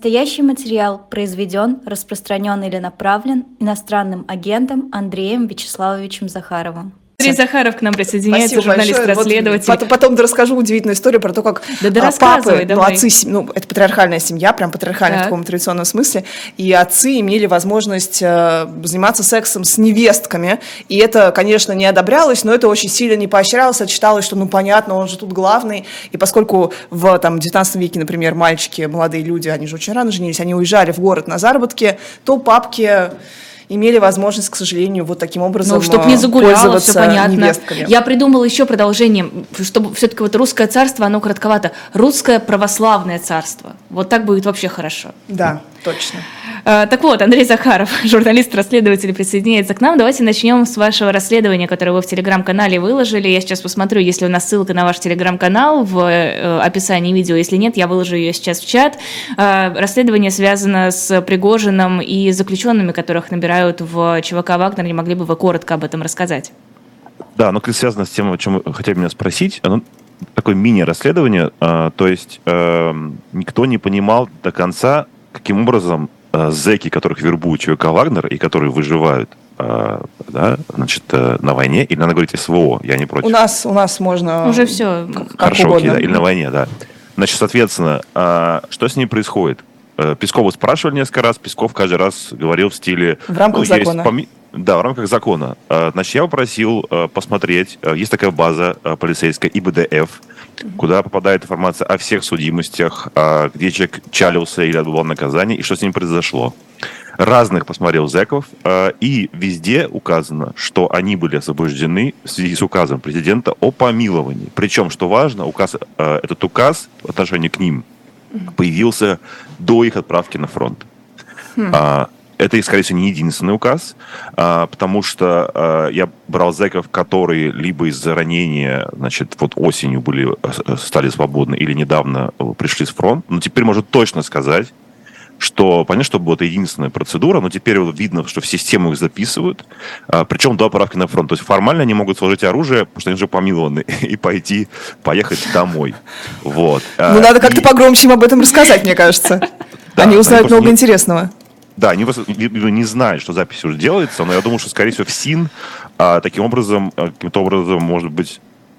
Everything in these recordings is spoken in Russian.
Настоящий материал произведен, распространен или направлен иностранным агентом Андреем Вячеславовичем Захаровым. Андрей Захаров к нам присоединяется, журналист-расследователь. Вот, потом расскажу удивительную историю про то, как папы, отцы, это патриархальная семья, прям патриархальная в таком традиционном смысле, и отцы имели возможность заниматься сексом с невестками, и это, конечно, не одобрялось, но это очень сильно не поощрялось, считалось, что, понятно, он же тут главный, и поскольку в 19 веке, например, мальчики, молодые люди, они же очень рано женились, они уезжали в город на заработки, то папки имели возможность, к сожалению, вот таким образом чтобы не загуляло, все понятно. Невестками. Я придумала еще продолжение, чтобы все-таки вот русское царство, оно коротковато. Русское православное царство. Вот так будет вообще хорошо. Да, точно. Так вот, Андрей Захаров, журналист-расследователь, присоединяется к нам. Давайте начнем с вашего расследования, которое вы в Телеграм-канале выложили. Я сейчас посмотрю, есть ли у нас ссылка на ваш Телеграм-канал в описании видео. Если нет, я выложу ее сейчас в чат. Расследование связано с Пригожиным и заключенными, которых набирают в ЧВК «Вагнер». Не могли бы вы коротко об этом рассказать? Да, оно связано с тем, о чем вы хотели меня спросить. Оно такое мини-расследование. То есть никто не понимал до конца, каким образом зэки, которых вербуют ЧВК «Вагнер» и которые выживают на войне, или надо говорить СВО, я не против. У нас можно... Уже все. Хорошо, окей, да, или на войне, да. Значит, соответственно, что с ней происходит? Пескову спрашивали несколько раз, Песков каждый раз говорил в стиле... В рамках закона. Да, в рамках закона. Значит, я попросил посмотреть, есть такая база полицейская, ИБДФ, куда попадает информация о всех судимостях, где человек чалился или отбывал наказание, и что с ним произошло. Разных посмотрел зэков, и везде указано, что они были освобождены в связи с указом президента о помиловании. Причем, что важно, этот указ в отношении к ним появился до их отправки на фронт. Это, скорее всего, не единственный указ, потому что я брал зэков, которые либо из-за ранения, вот осенью стали свободны, или недавно пришли с фронта. Но теперь можно точно сказать, что, понятно, что это единственная процедура, но теперь видно, что в систему их записывают, причем до отправки на фронт. То есть формально они могут сложить оружие, потому что они уже помилованы, и поехать домой. Вот. Надо как-то погромче им об этом рассказать, мне кажется. Они узнают много интересного. Да, они не знают, что запись уже делается, но я думаю, что, скорее всего, ФСИН каким-то образом, может быть,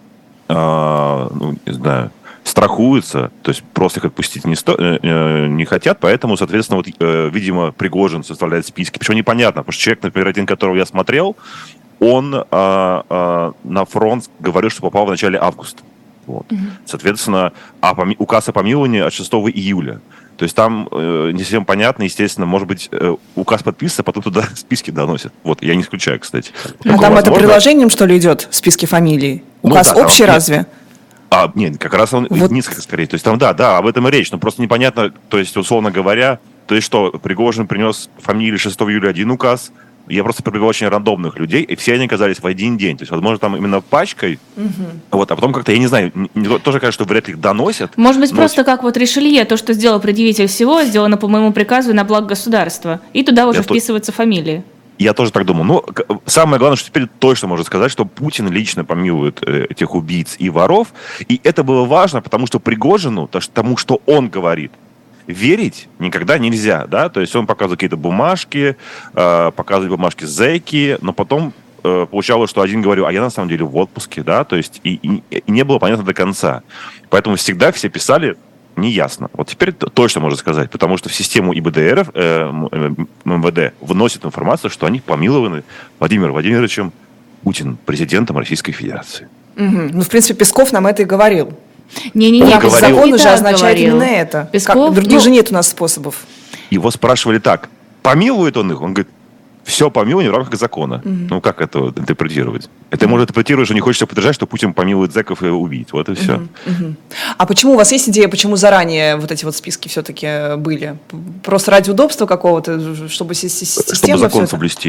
не знаю, страхуются, то есть просто их отпустить не хотят, поэтому, соответственно, видимо, Пригожин составляет списки. Причем непонятно, потому что человек, например, один, которого я смотрел, он на фронт говорил, что попал в начале августа. Вот. Соответственно, указ о помиловании от 6 июля. То есть там не совсем понятно, естественно, может быть, указ подписывается, а потом туда списки доносят. Вот, я не исключаю, кстати. А там это приложением, что ли, идет, списки фамилий? Указ общий разве? Нет, как раз он несколько скорее. То есть там, да, об этом и речь, но просто непонятно, то есть, условно говоря, то есть что, Пригожин принес фамилии 6 июля один указ, я просто привлекал очень рандомных людей, и все они оказались в один день. То есть, возможно, там именно пачкой, а потом как-то, я не знаю, тоже кажется, что вряд ли их доносят. Может быть, просто как Ришелье, то, что сделал предъявитель всего, сделано по моему приказу и на благо государства. И туда уже вписываются фамилии. Я тоже так думал. Но самое главное, что теперь точно можно сказать, что Путин лично помилует этих убийц и воров. И это было важно, потому что Пригожину, тому, что он говорит, верить никогда нельзя, да, то есть он показывает какие-то бумажки, показывает бумажки зэки, но потом получалось, что один говорил, а я на самом деле в отпуске, да, то есть и не было понятно до конца. Поэтому всегда все писали неясно. Вот теперь точно можно сказать, потому что в систему ИБДР, МВД, вносит информацию, что они помилованы Владимиром Владимировичем Путиным, президентом Российской Федерации. В принципе, Песков нам это и говорил. Закон уже означает именно это. Других же нет у нас способов. Его спрашивали так, помилует он их? Он говорит, все помилование в рамках закона. Как это интерпретировать? Это можно интерпретировать, что не хочется подтверждать, что Путин помилует зэков и убийц. Вот и все. А почему у вас есть идея, почему заранее вот эти вот списки все-таки были? Просто ради удобства какого-то, чтобы система... Чтобы закон соблюсти.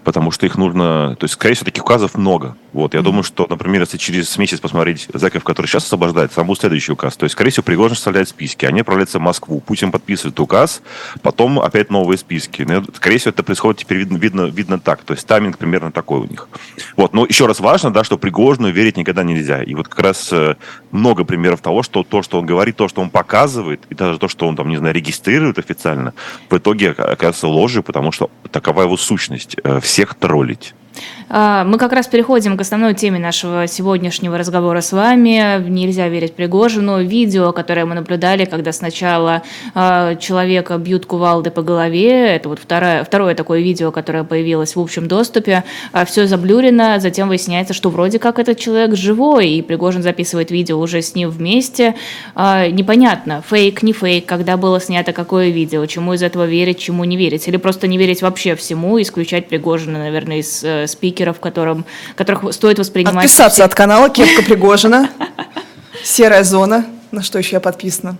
потому что их нужно... То есть, скорее всего, таких указов много. Вот, я думаю, что, например, если через месяц посмотреть зэков, которые сейчас освобождают, там будет следующий указ. То есть, скорее всего, Пригожин составляет списки, они отправляются в Москву, Путин подписывает указ, потом опять новые списки. Скорее всего, это происходит теперь видно так. То есть, тайминг примерно такой у них. Вот, но еще раз важно, да, что Пригожину верить никогда нельзя. И вот как раз много примеров того, что то, что он говорит, то, что он показывает, и даже то, что он там, не знаю, регистрирует официально, в итоге оказывается ложью, потому что такова его сущность – всех троллить. Мы как раз переходим к основной теме нашего сегодняшнего разговора с вами. Нельзя верить Пригожину. Видео, которое мы наблюдали, когда сначала человека бьют кувалдой по голове, это вот второе такое видео, которое появилось в общем доступе, все заблюрено, затем выясняется, что вроде как этот человек живой, и Пригожин записывает видео уже с ним вместе. Непонятно, фейк, не фейк, когда было снято какое видео, чему из этого верить, чему не верить, или просто не верить вообще всему, исключать Пригожина, наверное, из спикеров, которых стоит воспринимать... Отписаться от канала «Кепка Пригожина», «Серая зона», на что еще я подписана.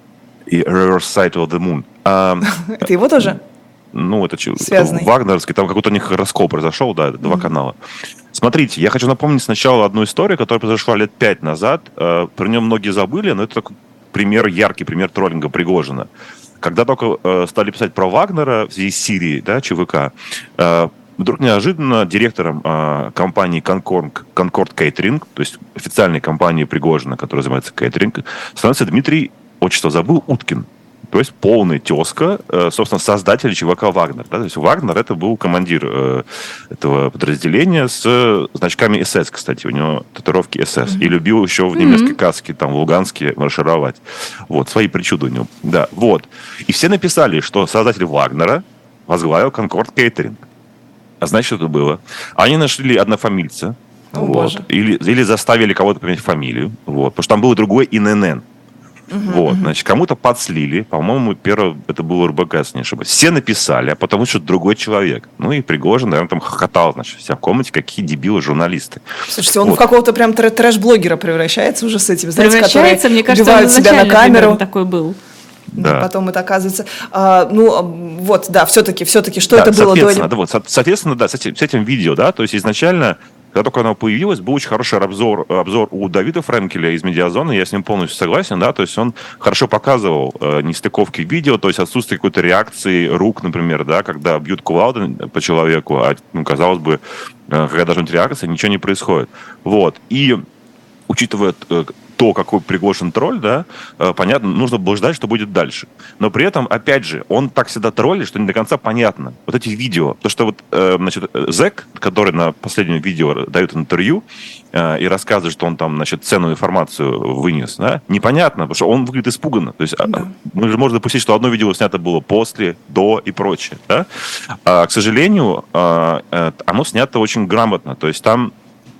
И «Reverse Side of the Moon». Это его тоже? Ну, это вагнеровский, там какой-то у них раскол произошел, да, это два канала. Смотрите, я хочу напомнить сначала одну историю, которая произошла лет 5 назад. Про нее многие забыли, но это такой яркий пример троллинга Пригожина. Когда только стали писать про Вагнера в связи с Сирией, да, ЧВК, вдруг неожиданно директором компании Concord Catering, то есть официальной компании Пригожина, которая занимается кейтерингом, становится Дмитрий, отчество забыл, Уткин. То есть полный тезка, собственно, создатель ЧВК «Вагнер». Да? То есть Вагнер — это был командир этого подразделения с значками СС, кстати. У него татуировки СС. И любил еще в немецкой каске, там, в Луганске маршировать. Вот, свои причуды у него. Да, вот. И все написали, что создатель Вагнера возглавил Concord Catering. А знаете, что это было? Они нашли однофамильца. Вот, или заставили кого-то поменять фамилию. Вот, потому что там был другой ИНН. Вот, значит, кому-то подслили, по-моему, первое, это было РБК, если не ошибаюсь. Все написали, а потому что другой человек. Ну и Пригожин, наверное, там хохотал, значит, вся в комнате, какие дебилы журналисты. Слушайте, он в какого-то прям трэш-блогера превращается уже с этим, знаете, превращается, мне кажется, он себя на камеру. Такой был. Да. Потом это оказывается... все-таки, что это было до... Соответственно, да, с этим видео, да, то есть изначально... Когда только оно появилось, был очень хороший обзор у Давида Френкеля из «Медиазоны», я с ним полностью согласен, да, то есть он хорошо показывал нестыковки в видео, то есть отсутствие какой-то реакции рук, например, да, когда бьют кувалдой по человеку, а, казалось бы, когда должна быть реакция, ничего не происходит. Вот, и учитывая то, какой Пригожин тролль, да, понятно, нужно было ждать, что будет дальше. Но при этом, опять же, он так всегда троллит, что не до конца понятно. Вот эти видео, то, что вот, значит, зэк, который на последнем видео дает интервью и рассказывает, что он там, значит, ценную информацию вынес, да, непонятно, потому что он выглядит испуганно. То есть мы же можем допустить, что одно видео снято было после, до и прочее, да. А, к сожалению, оно снято очень грамотно. То есть там,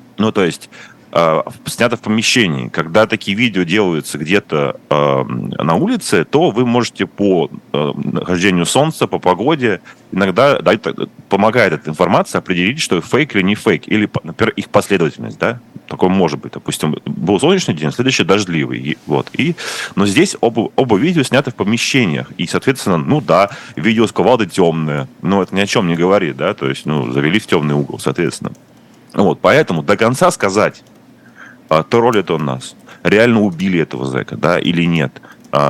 снято в помещении. Когда такие видео делаются где-то на улице, то вы можете по нахождению солнца, по погоде, иногда помогает эта информация определить, что фейк или не фейк, или, например, их последовательность, да, такое может быть. Допустим, был солнечный день, следующий дождливый. Но здесь оба видео сняты в помещениях, и, соответственно, видео с кувалдой темное, но это ни о чем не говорит, да, то есть, завели в темный угол, соответственно. Вот, поэтому до конца сказать, троллит он нас, реально убили этого зэка, да, или нет,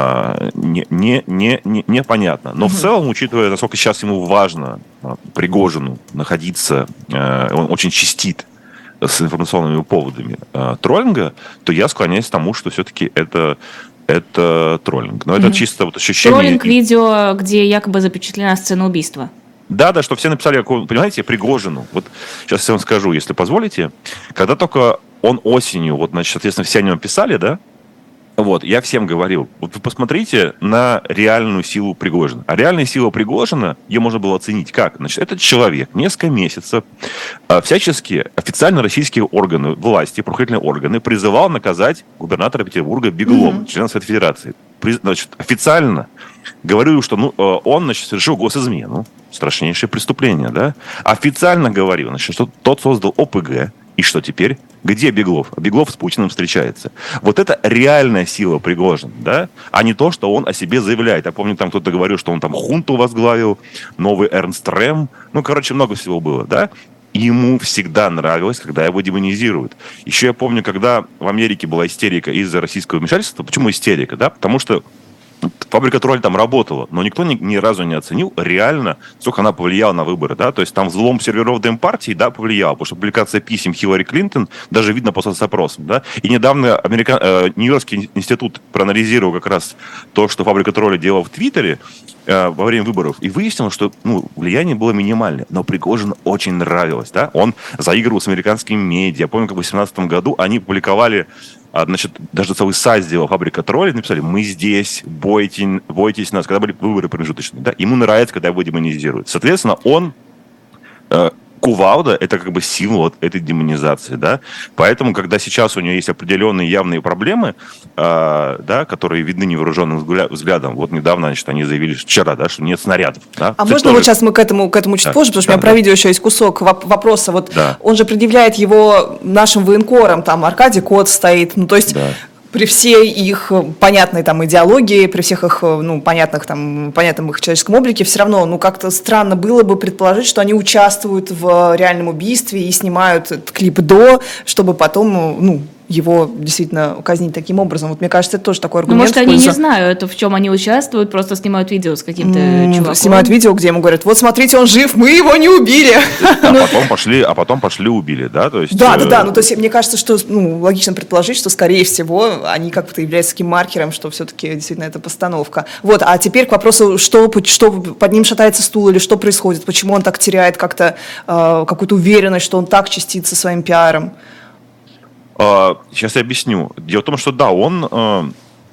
непонятно. Но в целом, учитывая, насколько сейчас ему важно Пригожину находиться, он очень чистит с информационными поводами троллинга, то я склоняюсь к тому, что все-таки это троллинг. Но это чисто вот ощущение... Троллинг видео, где якобы запечатлена сцена убийства. Да, что все написали, понимаете, Пригожину. Вот сейчас я вам скажу, если позволите. Когда только он осенью, соответственно, все о нем писали, да, я всем говорил, вы посмотрите на реальную силу Пригожина. А реальная сила Пригожина, ее можно было оценить как? Значит, этот человек несколько месяцев всячески официально российские органы власти, правоохранительные органы призывал наказать губернатора Петербурга Беглова, члена Совета Федерации. Значит, официально говорил, что он, совершил госизмену, страшнейшее преступление, да? Официально говорил, что тот создал ОПГ, И что теперь? Где Беглов? Беглов с Путиным встречается. Вот это реальная сила Пригожина, да? А не то, что он о себе заявляет. Я помню, там кто-то говорил, что он там хунту возглавил, новый Эрнст Рэм. Ну, короче, много всего было, да? Ему всегда нравилось, когда его демонизируют. Еще я помню, когда в Америке была истерика из-за российского вмешательства. Почему истерика, да? Потому что фабрика троллей там работала, но никто ни разу не оценил реально, сколько она повлияла на выборы, да, то есть там взлом серверов Демпартии, да, повлиял, потому что публикация писем Хиллари Клинтон даже видно по соцопросам, да, и недавно Нью-Йоркский институт проанализировал как раз то, что фабрика троллей делала в Твиттере во время выборов, и выяснилось, что, влияние было минимальное, но Пригожину очень нравилось, да, он заигрывал с американскими медиа. Я помню, как в 2018 году они публиковали, значит, даже целый сайт сделал «Фабрика троллей», написали: «Мы здесь, бойтесь нас», когда были выборы промежуточные, да, ему нравится, когда его демонизируют. Соответственно, он... Кувалда — это как бы символ этой демонизации, да, поэтому, когда сейчас у нее есть определенные явные проблемы, да, которые видны невооруженным взглядом, вот недавно, значит, они заявили, вчера, да, что нет снарядов. Да? А можно тоже... вот сейчас мы к этому чуть позже, потому что у меня про видео еще есть кусок вопроса, вот он же предъявляет его нашим военкорам, там Аркадий Кот стоит, то есть... Да. При всей их понятной там идеологии, при всех их, понятном их человеческом облике, все равно, как-то странно было бы предположить, что они участвуют в реальном убийстве и снимают этот клип чтобы потом, его действительно казнить таким образом. Вот мне кажется, это тоже такой аргумент. Может, они не знают, в чем они участвуют, просто снимают видео с каким-то чуваком. Снимают видео, где ему говорят: вот смотрите, он жив, мы его не убили. А потом пошли убили, да? То есть, да. То есть мне кажется, что логично предположить, что, скорее всего, они как-то являются таким маркером, что все-таки действительно это постановка. Вот, а теперь к вопросу, что под ним шатается стул или что происходит, почему он так теряет как-то какую-то уверенность, что он так чистит со своим пиаром. Сейчас я объясню. Дело в том, что да, он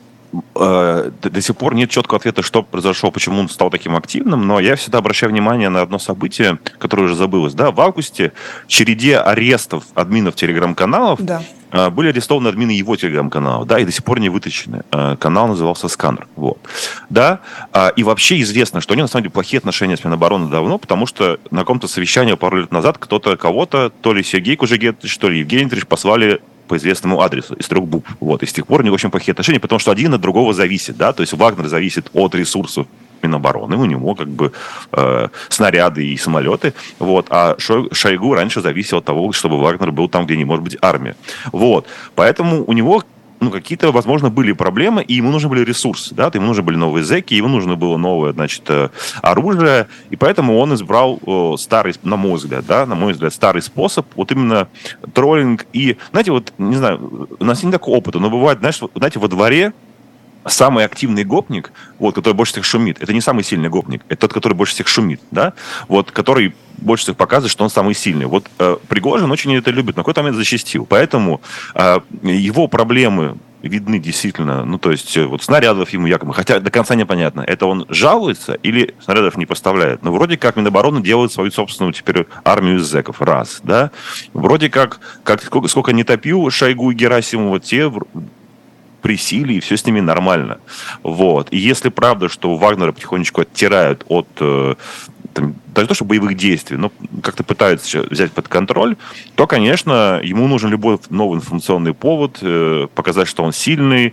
до сих пор нет четкого ответа, что произошло, почему он стал таким активным, но я всегда обращаю внимание на одно событие, которое уже забылось. Да, в августе в череде арестов админов телеграм-каналов были арестованы админы его телеграм-каналов, да, и до сих пор не вытащены. Канал назывался «Сканер». Вот. Да, и вообще известно, что у него на самом деле плохие отношения с Минобороны давно, потому что на каком-то совещании пару лет назад кого-то, то ли Сергей Кужегетович, то ли Евгений Дмитриевич послали по известному адресу, из 3 букв. Вот. И с тех пор у них очень плохие отношения, потому что один от другого зависит, да, то есть Вагнер зависит от ресурсов Минобороны, у него как бы снаряды и самолеты, вот, а Шойгу раньше зависел от того, чтобы Вагнер был там, где не может быть армия. Вот. Поэтому у него какие-то, возможно, были проблемы, и ему нужны были ресурсы, да, ему нужны были новые зэки, ему нужно было новое, значит, оружие, и поэтому он избрал старый, на мой взгляд, старый способ, вот именно троллинг, и, знаете, вот, не знаю, у нас не такого опыта, но бывает, знаете, во дворе самый активный гопник, вот, который больше всех шумит, это не самый сильный гопник, это тот, который больше всех шумит, да, вот, который больше всех показывает, что он самый сильный. Вот Пригожин очень это любит, на какой-то момент зачастил, поэтому его проблемы видны действительно, то есть вот снарядов ему якобы, хотя до конца непонятно, это он жалуется или снарядов не поставляет. Но вроде как Минобороны делает свою собственную теперь армию из зэков, раз, да, вроде как сколько не топил Шойгу и Герасимова, те при силе, и все с ними нормально. Вот. И если правда, что Вагнера потихонечку оттирают от даже то, что боевых действий, но как-то пытаются взять под контроль, то, конечно, ему нужен любой новый информационный повод, показать, что он сильный,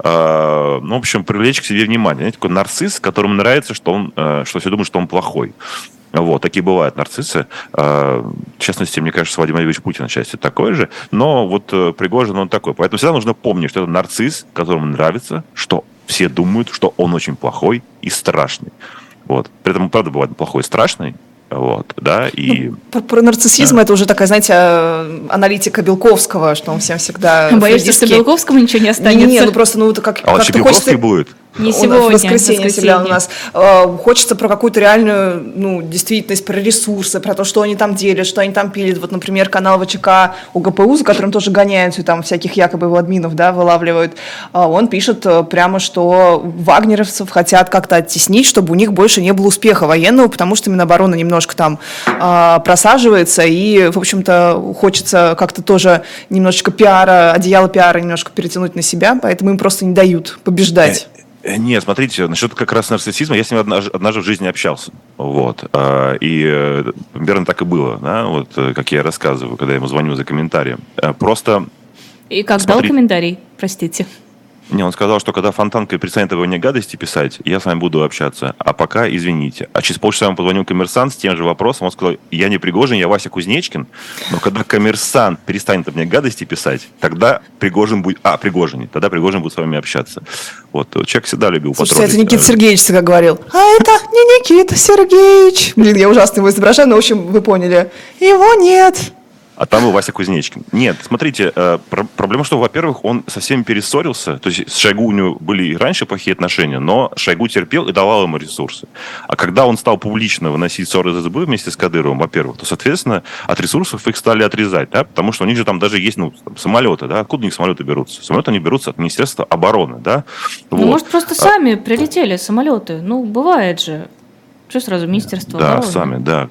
в общем, привлечь к себе внимание. Знаете, такой нарцисс, которому нравится, что все думают, что он плохой. Вот, такие бывают нарциссы. В частности, мне кажется, Владимир Владимирович Путин отчасти такой же. Но вот Пригожин, он такой. Поэтому всегда нужно помнить, что это нарцисс, которому нравится, что все думают, что он очень плохой и страшный. Вот. При этом, правда, бывает плохой и страшный. Вот, да, и... Про нарциссизм это уже такая, знаете, аналитика Белковского, что он всем всегда... Боишься, что Белковскому ничего не останется? Не, просто, это как... А вообще Белковский будет? Не сегодня, в воскресенье всегда у нас. Хочется про какую-то реальную, действительность, про ресурсы, про то, что они там делят, что они там пилят. Вот, например, канал ВЧК УГПУ, за которым тоже гоняются, и там всяких якобы его админов, да, вылавливают. Он пишет прямо, что вагнеровцев хотят как-то оттеснить, чтобы у них больше не было успеха военного, потому что Минобороны немножко там просаживается, и, в общем-то, хочется как-то тоже немножечко одеяло пиара немножко перетянуть на себя, поэтому им просто не дают побеждать. Нет, смотрите, насчет как раз нарциссизма, я с ним однажды в жизни общался. Вот. И примерно так и было, да, вот как я рассказываю, когда я ему звоню за комментарием. Просто... И как дал комментарий, простите? Не, он сказал, что когда Фонтанка перестанет его мне гадости писать, я с вами буду общаться. А пока извините. А через полчаса ему позвонил «Коммерсант» с тем же вопросом. Он сказал, я не Пригожин, я Вася Кузнечкин. Но когда «Коммерсант» перестанет мне гадости писать, тогда Пригожин будет... Тогда Пригожин будет с вами общаться. Вот. Человек всегда любил потроллить. Слушайте, это Никита Сергеевич всегда говорил. А это не Никита Сергеевич. Блин, я ужасно его изображаю, но, в общем, вы поняли. Его нет. А там и Вася Кузнечкин. Нет, смотрите, проблема, что, во-первых, он со всеми перессорился. То есть с Шойгу у него были и раньше плохие отношения, но Шойгу терпел и давал ему ресурсы. А когда он стал публично выносить ссоры из СБ вместе с Кадыровым, во-первых, то, соответственно, от ресурсов их стали отрезать, да, потому что у них же там даже есть самолеты, да, откуда у них самолеты берутся? Самолеты они берутся от Министерства обороны, да. Вот. Может, просто сами прилетели самолеты? Бывает же. Что сразу Министерство обороны? Да, сами, да.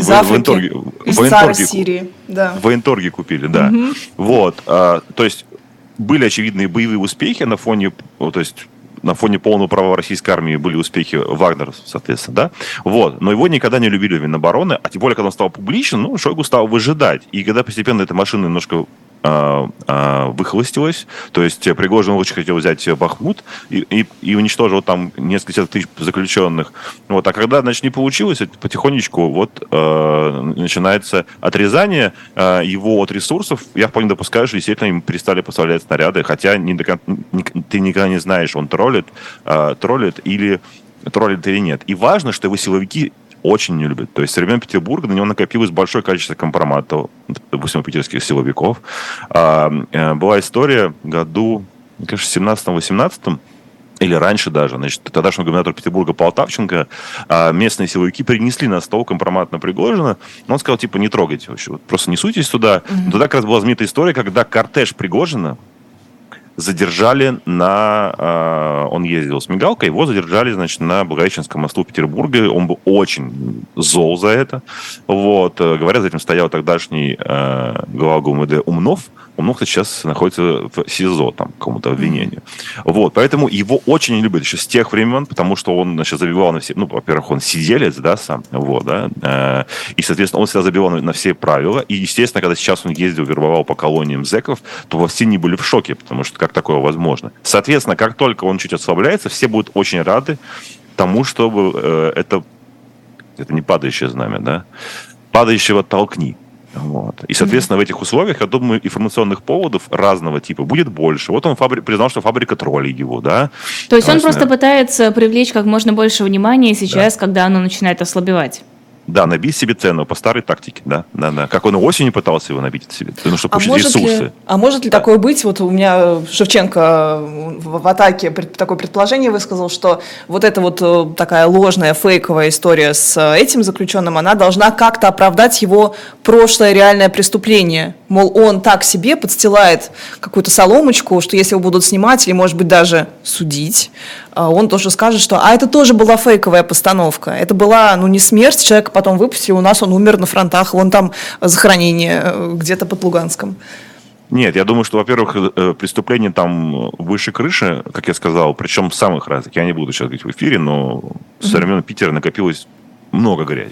Из ЦАР Сирии. Да. В военторге купили, да. Угу. Вот. То есть были очевидные боевые успехи на фоне, то есть на фоне полного права российской армии были успехи Вагнера, соответственно, да. Вот. Но его никогда не любили в Минобороны, а тем более, когда он стал публичен, Шойгу стал выжидать. И когда постепенно эта машина немножко выхолостилась. То есть Пригожин очень хотел взять Бахмут и уничтожил там несколько тысяч заключенных. Вот. А когда, значит, не получилось, потихонечку начинается отрезание его от ресурсов. Я вполне допускаю, что действительно им перестали поставлять снаряды, хотя ты никогда не знаешь, он троллит или нет. И важно, что его силовики очень не любят. То есть со времен Петербурга на него накопилось большое количество компроматов, допустим, у питерских силовиков. Была история году, мне кажется, 17-18, или раньше даже, значит, тогдашний губернатор Петербурга Полтавченко, местные силовики принесли на стол компромат на Пригожина, но он сказал, типа, не трогайте вообще, просто не суйтесь туда. Mm-hmm. Тогда как раз была знаменитая история, когда кортеж Пригожина задержали он ездил с мигалкой, его задержали, значит, на Благовещенском мосту Петербурга. Он был очень зол за это. Вот. Говорят, за этим стоял тогдашний глава ГУМВД Умнов. Умнов сейчас находится в СИЗО, там, кому-то обвинению. Вот. Поэтому его очень не любят еще с тех времен, потому что он, значит, забивал на все... во-первых, он сиделец, да, сам. Вот, да. И, соответственно, он всегда забивал на все правила. И, естественно, когда сейчас он ездил, вербовал по колониям зэков, то все не были в шоке, потому что как такое возможно? Соответственно, как только он чуть ослабляется, все будут очень рады тому, чтобы это не падающее знамя, да? Падающего толкни. Вот. И, соответственно, в этих условиях, я думаю, информационных поводов разного типа будет больше. Вот он признал, что фабрика троллей его, да. То есть он просто пытается привлечь как можно больше внимания сейчас, да, когда оно начинает ослабевать. Да, набить себе цену по старой тактике, да. Как он осенью пытался его набить себе, чтобы получить ресурсы. Может ли такое быть? Вот у меня Шевченко в атаке такое предположение высказал, что вот эта вот такая ложная, фейковая история с этим заключенным, она должна как-то оправдать его прошлое реальное преступление. Мол, он так себе подстилает какую-то соломочку, что если его будут снимать или, может быть, даже судить, он тоже скажет, что это тоже была фейковая постановка. Это была, не смерть, человека потом выпустили, у нас он умер на фронтах, вон там захоронение где-то под Луганском. Нет, я думаю, что, во-первых, преступление там выше крыши, как я сказал, причем самых разных. Я не буду сейчас говорить в эфире, но со времен Питера накопилось много грязи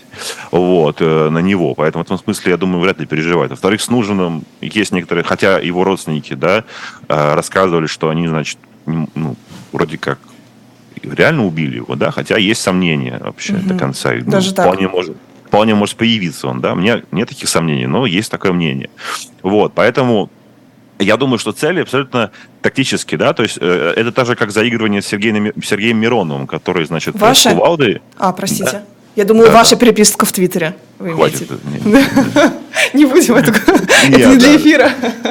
на него. Поэтому в этом смысле, я думаю, вряд ли переживает. Во-вторых, с Нужиным есть некоторые, хотя его родственники, да, рассказывали, что они, значит, вроде как реально убили его, да, хотя есть сомнения вообще до конца. Даже вполне может появиться он, да. У меня нет таких сомнений, но есть такое мнение. Вот, поэтому я думаю, что цели абсолютно тактические, да, то есть это так же, как заигрывание с Сергеем Мироновым, который, значит, с кувалдой... простите. Да? Я думаю, ваша переписка в Твиттере. Хватит. Не будем это не для эфира.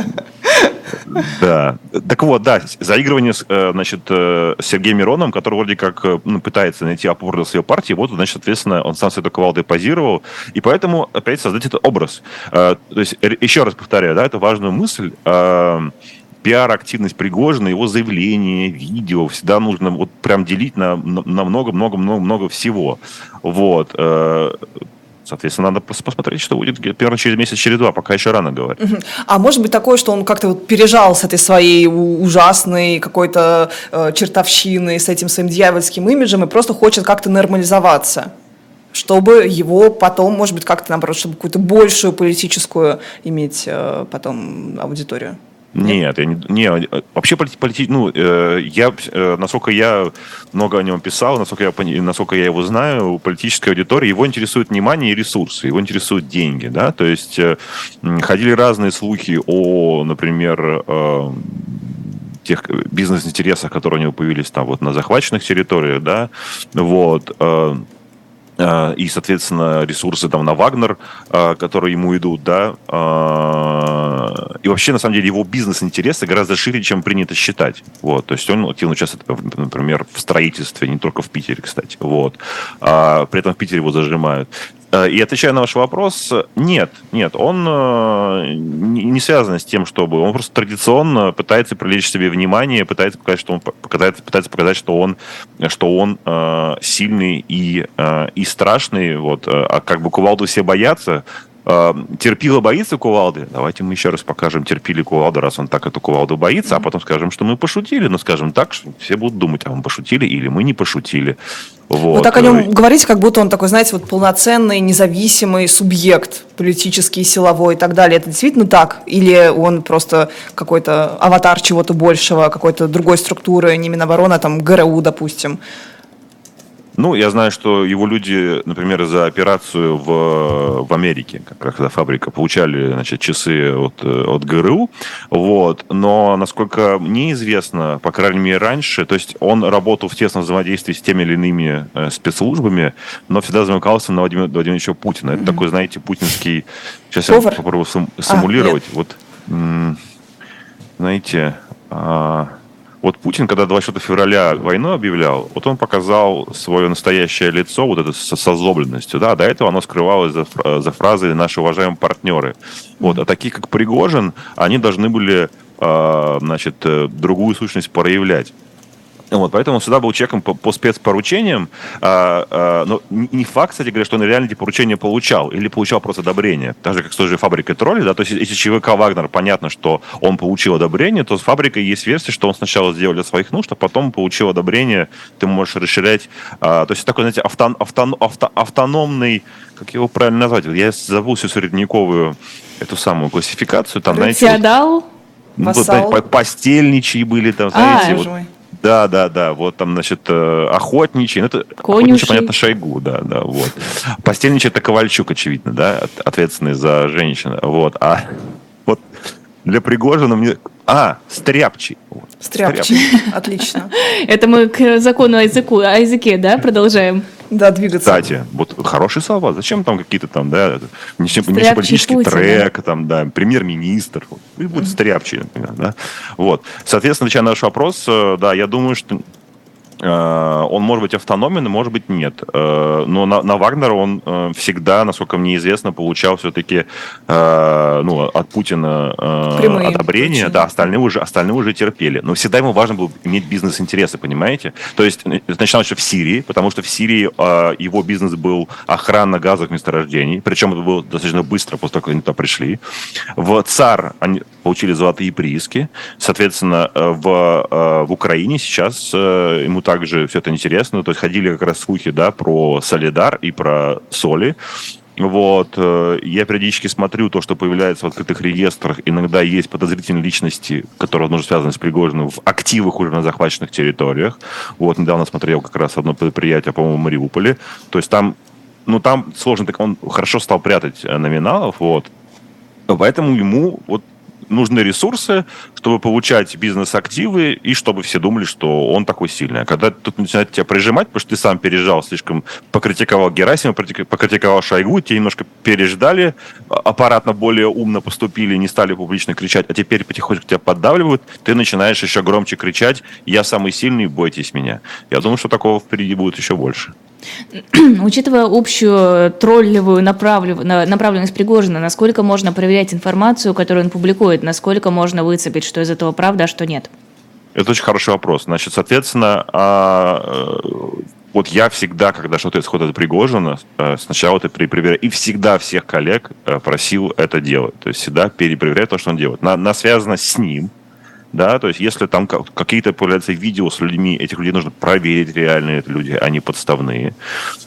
Да. Так вот, да, заигрывание с Сергеем Мироновым, который вроде как пытается найти опору для своей партии, вот, значит, соответственно, он сам с этой кувалдой позировал, и поэтому опять создать этот образ. То есть, еще раз повторяю, да, это важную мысль, пиар-активность Пригожина, его заявления, видео, всегда нужно вот прям делить на много-много-много-много всего. Вот. Соответственно, надо посмотреть, что будет примерно через месяц, через два, пока еще рано говорить. А может быть такое, что он как-то вот пережал с этой своей ужасной какой-то чертовщиной, с этим своим дьявольским имиджем и просто хочет как-то нормализоваться, чтобы его потом, может быть, как-то, наоборот, чтобы какую-то большую политическую иметь потом аудиторию? Нет, вообще насколько я много о нем писал, насколько я его знаю, политическая аудитория, его интересует внимание и ресурсы, его интересуют деньги, да, то есть ходили разные слухи о, например, тех бизнес-интересах, которые у него появились там вот на захваченных территориях, да, вот, и, соответственно, ресурсы там на Вагнер, которые ему идут, да, и вообще, на самом деле, его бизнес-интересы гораздо шире, чем принято считать, вот, то есть он активно участвует, например, в строительстве, не только в Питере, кстати, вот, при этом в Питере его зажимают. И отвечая на ваш вопрос, нет, он не связан с тем, чтобы... Он просто традиционно пытается привлечь себе внимание, пытается показать, что он сильный и страшный. Вот. А как бы кувалду все боятся. Терпила боится кувалды. Давайте мы еще раз покажем терпили кувалду, раз он так эту кувалду боится, а потом скажем, что мы пошутили. Но скажем так, что все будут думать, а мы пошутили или мы не пошутили. Вот. Вы так о нем говорите, как будто он такой, знаете, вот полноценный, независимый субъект, политический, силовой и так далее. Это действительно так? Или он просто какой-то аватар чего-то большего, какой-то другой структуры, не Минобороны, а там ГРУ, допустим? Ну, я знаю, что его люди, например, за операцию в Америке, как раз когда фабрика, получали, значит, часы от ГРУ, вот, но, насколько мне известно, по крайней мере, раньше, то есть он работал в тесном взаимодействии с теми или иными спецслужбами, но всегда замыкался на Владимира Владимировича Путина. Это такой, знаете, путинский... Сейчас повар? Я попробую симулировать. Вот, знаете... Вот Путин, когда 24 февраля войну объявлял, вот он показал свое настоящее лицо, вот это с озлобленностью, да, до этого оно скрывалось за фразой «наши уважаемые партнеры». Вот, а такие, как Пригожин, они должны были, значит, другую сущность проявлять. Вот, поэтому он всегда был человеком по спецпоручениям, но не факт, кстати говоря, что он реально эти поручения получал или получал просто одобрение. Так же, как с той же фабрикой троллей, да, то есть если ЧВК Вагнер, понятно, что он получил одобрение, то с фабрикой есть версия, что он сначала сделал для своих нужд, а потом получил одобрение, ты можешь расширять, то есть такой, знаете, автономный, как его правильно назвать, я забыл всю средневековую эту самую классификацию, там, знаете, феодал, вассал, вот, постельничьи были там, знаете, вот. Да, вот там, значит, охотничий, ну, это охотничий, понятно, Шойгу, да, вот. Постельничий — это Ковальчук, очевидно, да, ответственный за женщин, вот, а вот для Пригожина мне... Стряпчий. Вот. Стряпчий, отлично. Это мы к закону о языке, да, продолжаем? Да, двигаться. Кстати, вот хорошие слова. Зачем там какие-то там, да, внешнеполитический трек, там, да, премьер-министр. И будет стряпчий, например, да. Вот. Соответственно, отвечая на ваш вопрос, да, я думаю, что он может быть автономен, может быть нет. Но на Вагнера он всегда, насколько мне известно, получал все-таки от Путина одобрение. Да, остальные уже терпели. Но всегда ему важно было иметь бизнес-интересы, понимаете? То есть начиналось еще в Сирии, потому что в Сирии его бизнес был охрана газовых месторождений. Причем это было достаточно быстро, после того, как они туда пришли. В ЦАР они получили золотые прииски. Соответственно, в Украине сейчас ему также все это интересно. То есть ходили как раз слухи, да, про Солидар и про Соли. Вот. Я периодически смотрю то, что появляется в открытых реестрах. Иногда есть подозрительные личности, которые, возможно, связаны с Пригожиным в активах уже на захваченных территориях. Вот. Недавно смотрел как раз одно предприятие, по-моему, в Мариуполе. То есть там сложно, так он хорошо стал прятать номиналов. Вот. Поэтому ему нужны ресурсы, чтобы получать бизнес-активы и чтобы все думали, что он такой сильный. А когда тут начинают тебя прижимать, потому что ты сам пережал, слишком покритиковал Герасимова, покритиковал Шойгу, тебя немножко переждали, аппаратно более умно поступили, не стали публично кричать, а теперь потихоньку тебя поддавливают, ты начинаешь еще громче кричать: «Я самый сильный, бойтесь меня». Я думаю, что такого впереди будет еще больше. Учитывая общую троллевую направленность Пригожина, насколько можно проверять информацию, которую он публикует, насколько можно выцепить, что из этого правда, а что нет? Это очень хороший вопрос. Значит, соответственно, вот я всегда, когда что-то исходит от Пригожина, сначала это перепроверяю. И всегда всех коллег просил это делать. То есть всегда перепроверять то, что он делает. Она связана с ним. Да, то есть если там какие-то появляются видео с людьми, этих людей нужно проверить, реальные это люди, а не подставные.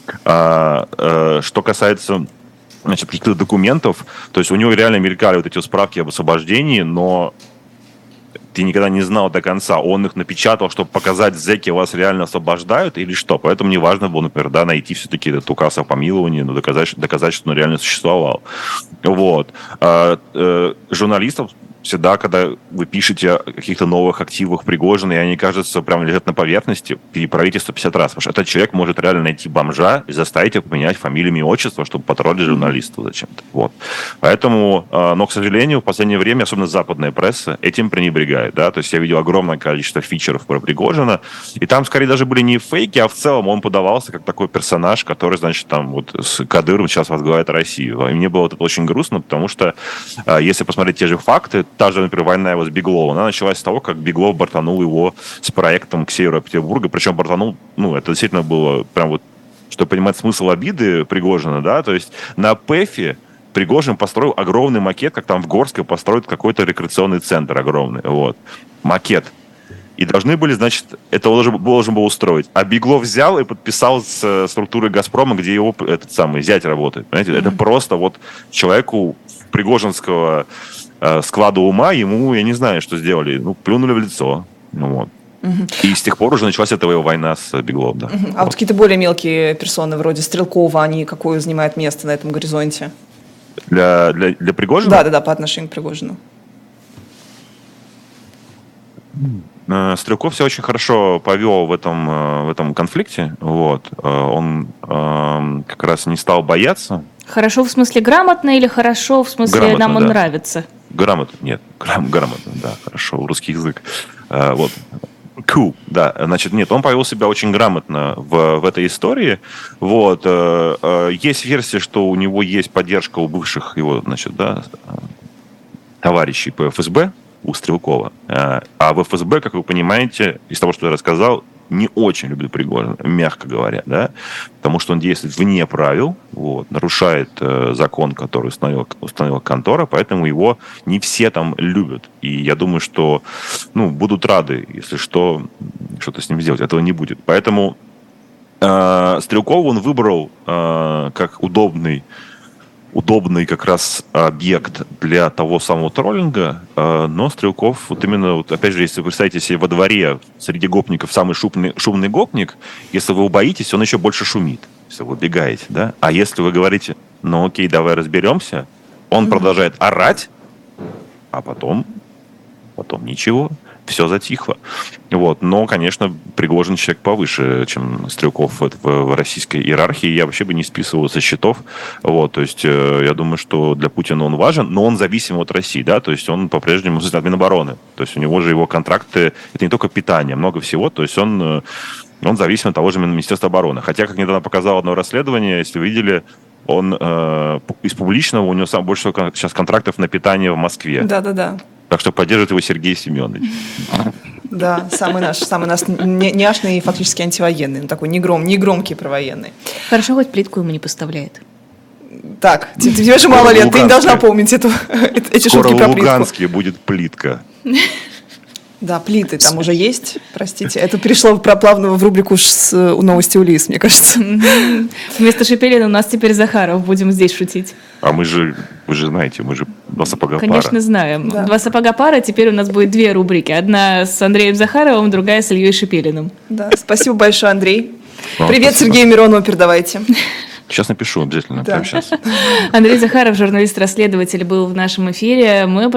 Что касается, значит, каких-то документов, то есть у него реально мелькали вот эти справки об освобождении, но ты никогда не знал до конца, он их напечатал, чтобы показать, зэки вас реально освобождают или что. Поэтому не важно было, например, да, найти все-таки этот указ о помиловании, но доказать, что он реально существовал. Вот. Журналистов всегда, когда вы пишете о каких-то новых активах Пригожина, и они, кажется, прям лежат на поверхности, перепроверите 150 раз. Потому что этот человек может реально найти бомжа и заставить его поменять фамилию, имя и отчество, чтобы потроллить журналистов зачем-то. Вот. Поэтому, но, к сожалению, в последнее время, особенно западная пресса, этим пренебрегает. Да? То есть я видел огромное количество фичеров про Пригожина, и там, скорее, даже были не фейки, а в целом он подавался как такой персонаж, который, значит, там вот с Кадыровым сейчас возглавляет Россию. И мне было это очень грустно, потому что, если посмотреть те же факты, та же, например, война его с Бегловым, она началась с того, как Беглов бортанул его с проектом к северу Петербурга, причем бортанул, это действительно было прям вот, чтобы понимать смысл обиды Пригожина, да, то есть на ПЭФе Пригожин построил огромный макет, как там в Горске построят какой-то рекреационный центр огромный, вот, макет. И должны были, значит, это должен был устроить. А Беглов взял и подписал с структурой «Газпрома», где его этот самый зять работает. Понимаете? Это просто вот человеку пригожинского склада ума, ему, я не знаю, что сделали, плюнули в лицо. Вот. И с тех пор уже началась эта его война с Бегловым. Да. А вот какие-то более мелкие персоны, вроде Стрелкова, они какое занимают место на этом горизонте? Для Пригожина? Да, по отношению к Пригожину. Стрелков себя очень хорошо повел в этом конфликте. Вот. Он как раз не стал бояться. Хорошо в смысле грамотно или хорошо в смысле грамотно, нам он нравится? Грамотно, нет. Грамотно, да, хорошо, русский язык. Вот. Cool, да. Значит, нет, он повел себя очень грамотно в этой истории. Вот. Есть версия, что у него есть поддержка у бывших его, значит, да, товарищей по ФСБ, у Стрелкова. А в ФСБ, как вы понимаете, из того, что я рассказал, не очень любят Пригожина, мягко говоря, да, потому что он действует вне правил, вот, нарушает закон, который установила контора, поэтому его не все там любят. И я думаю, что будут рады, если что-то с ним сделать. Этого не будет. Поэтому Стрелкова он выбрал как удобный как раз объект для того самого троллинга, но Стрелков, вот именно, вот опять же, если вы представите себе во дворе среди гопников самый шумный гопник, если вы его боитесь, он еще больше шумит, если вы убегаете, да? А если вы говорите, окей, давай разберемся, он продолжает орать, а потом ничего. Все затихло. Вот. Но, конечно, Пригожин человек повыше, чем Стрелков в российской иерархии. Я вообще бы не списывал со счетов. Вот. То есть, я думаю, что для Путина он важен, но он зависим от России. Да? То есть, он по-прежнему от Минобороны. То есть, у него же его контракты, это не только питание, много всего. То есть, он зависим от того же Министерства обороны. Хотя, как недавно показало одно расследование, если вы видели, он из публичного, у него больше всего сейчас контрактов на питание в Москве. Да. Так что поддерживает его Сергей Семенович. Да, самый наш няшный и фактически антивоенный, такой негромкий провоенный. Хорошо, хоть плитку ему не поставляет. Так, тебе же мало лет, ты не должна помнить эти шутки про плитку. Скоро в Луганске будет плитка. Да, плиты там уже есть, простите. Это перешло плавно в рубрику «Новости УЛИС», мне кажется. Вместо Шепелина у нас теперь Захаров, будем здесь шутить. А вы же знаете, мы же два сапога пара. Конечно, знаем. Да. Два сапога пара, теперь у нас будет две рубрики. Одна с Андреем Захаровым, другая с Ильей Шепелиным. Да, спасибо большое, Андрей. Привет, спасибо. Сергею Миронову передавайте. Сейчас напишу обязательно, прямо сейчас. Андрей Захаров, журналист-расследователь, был в нашем эфире. Мы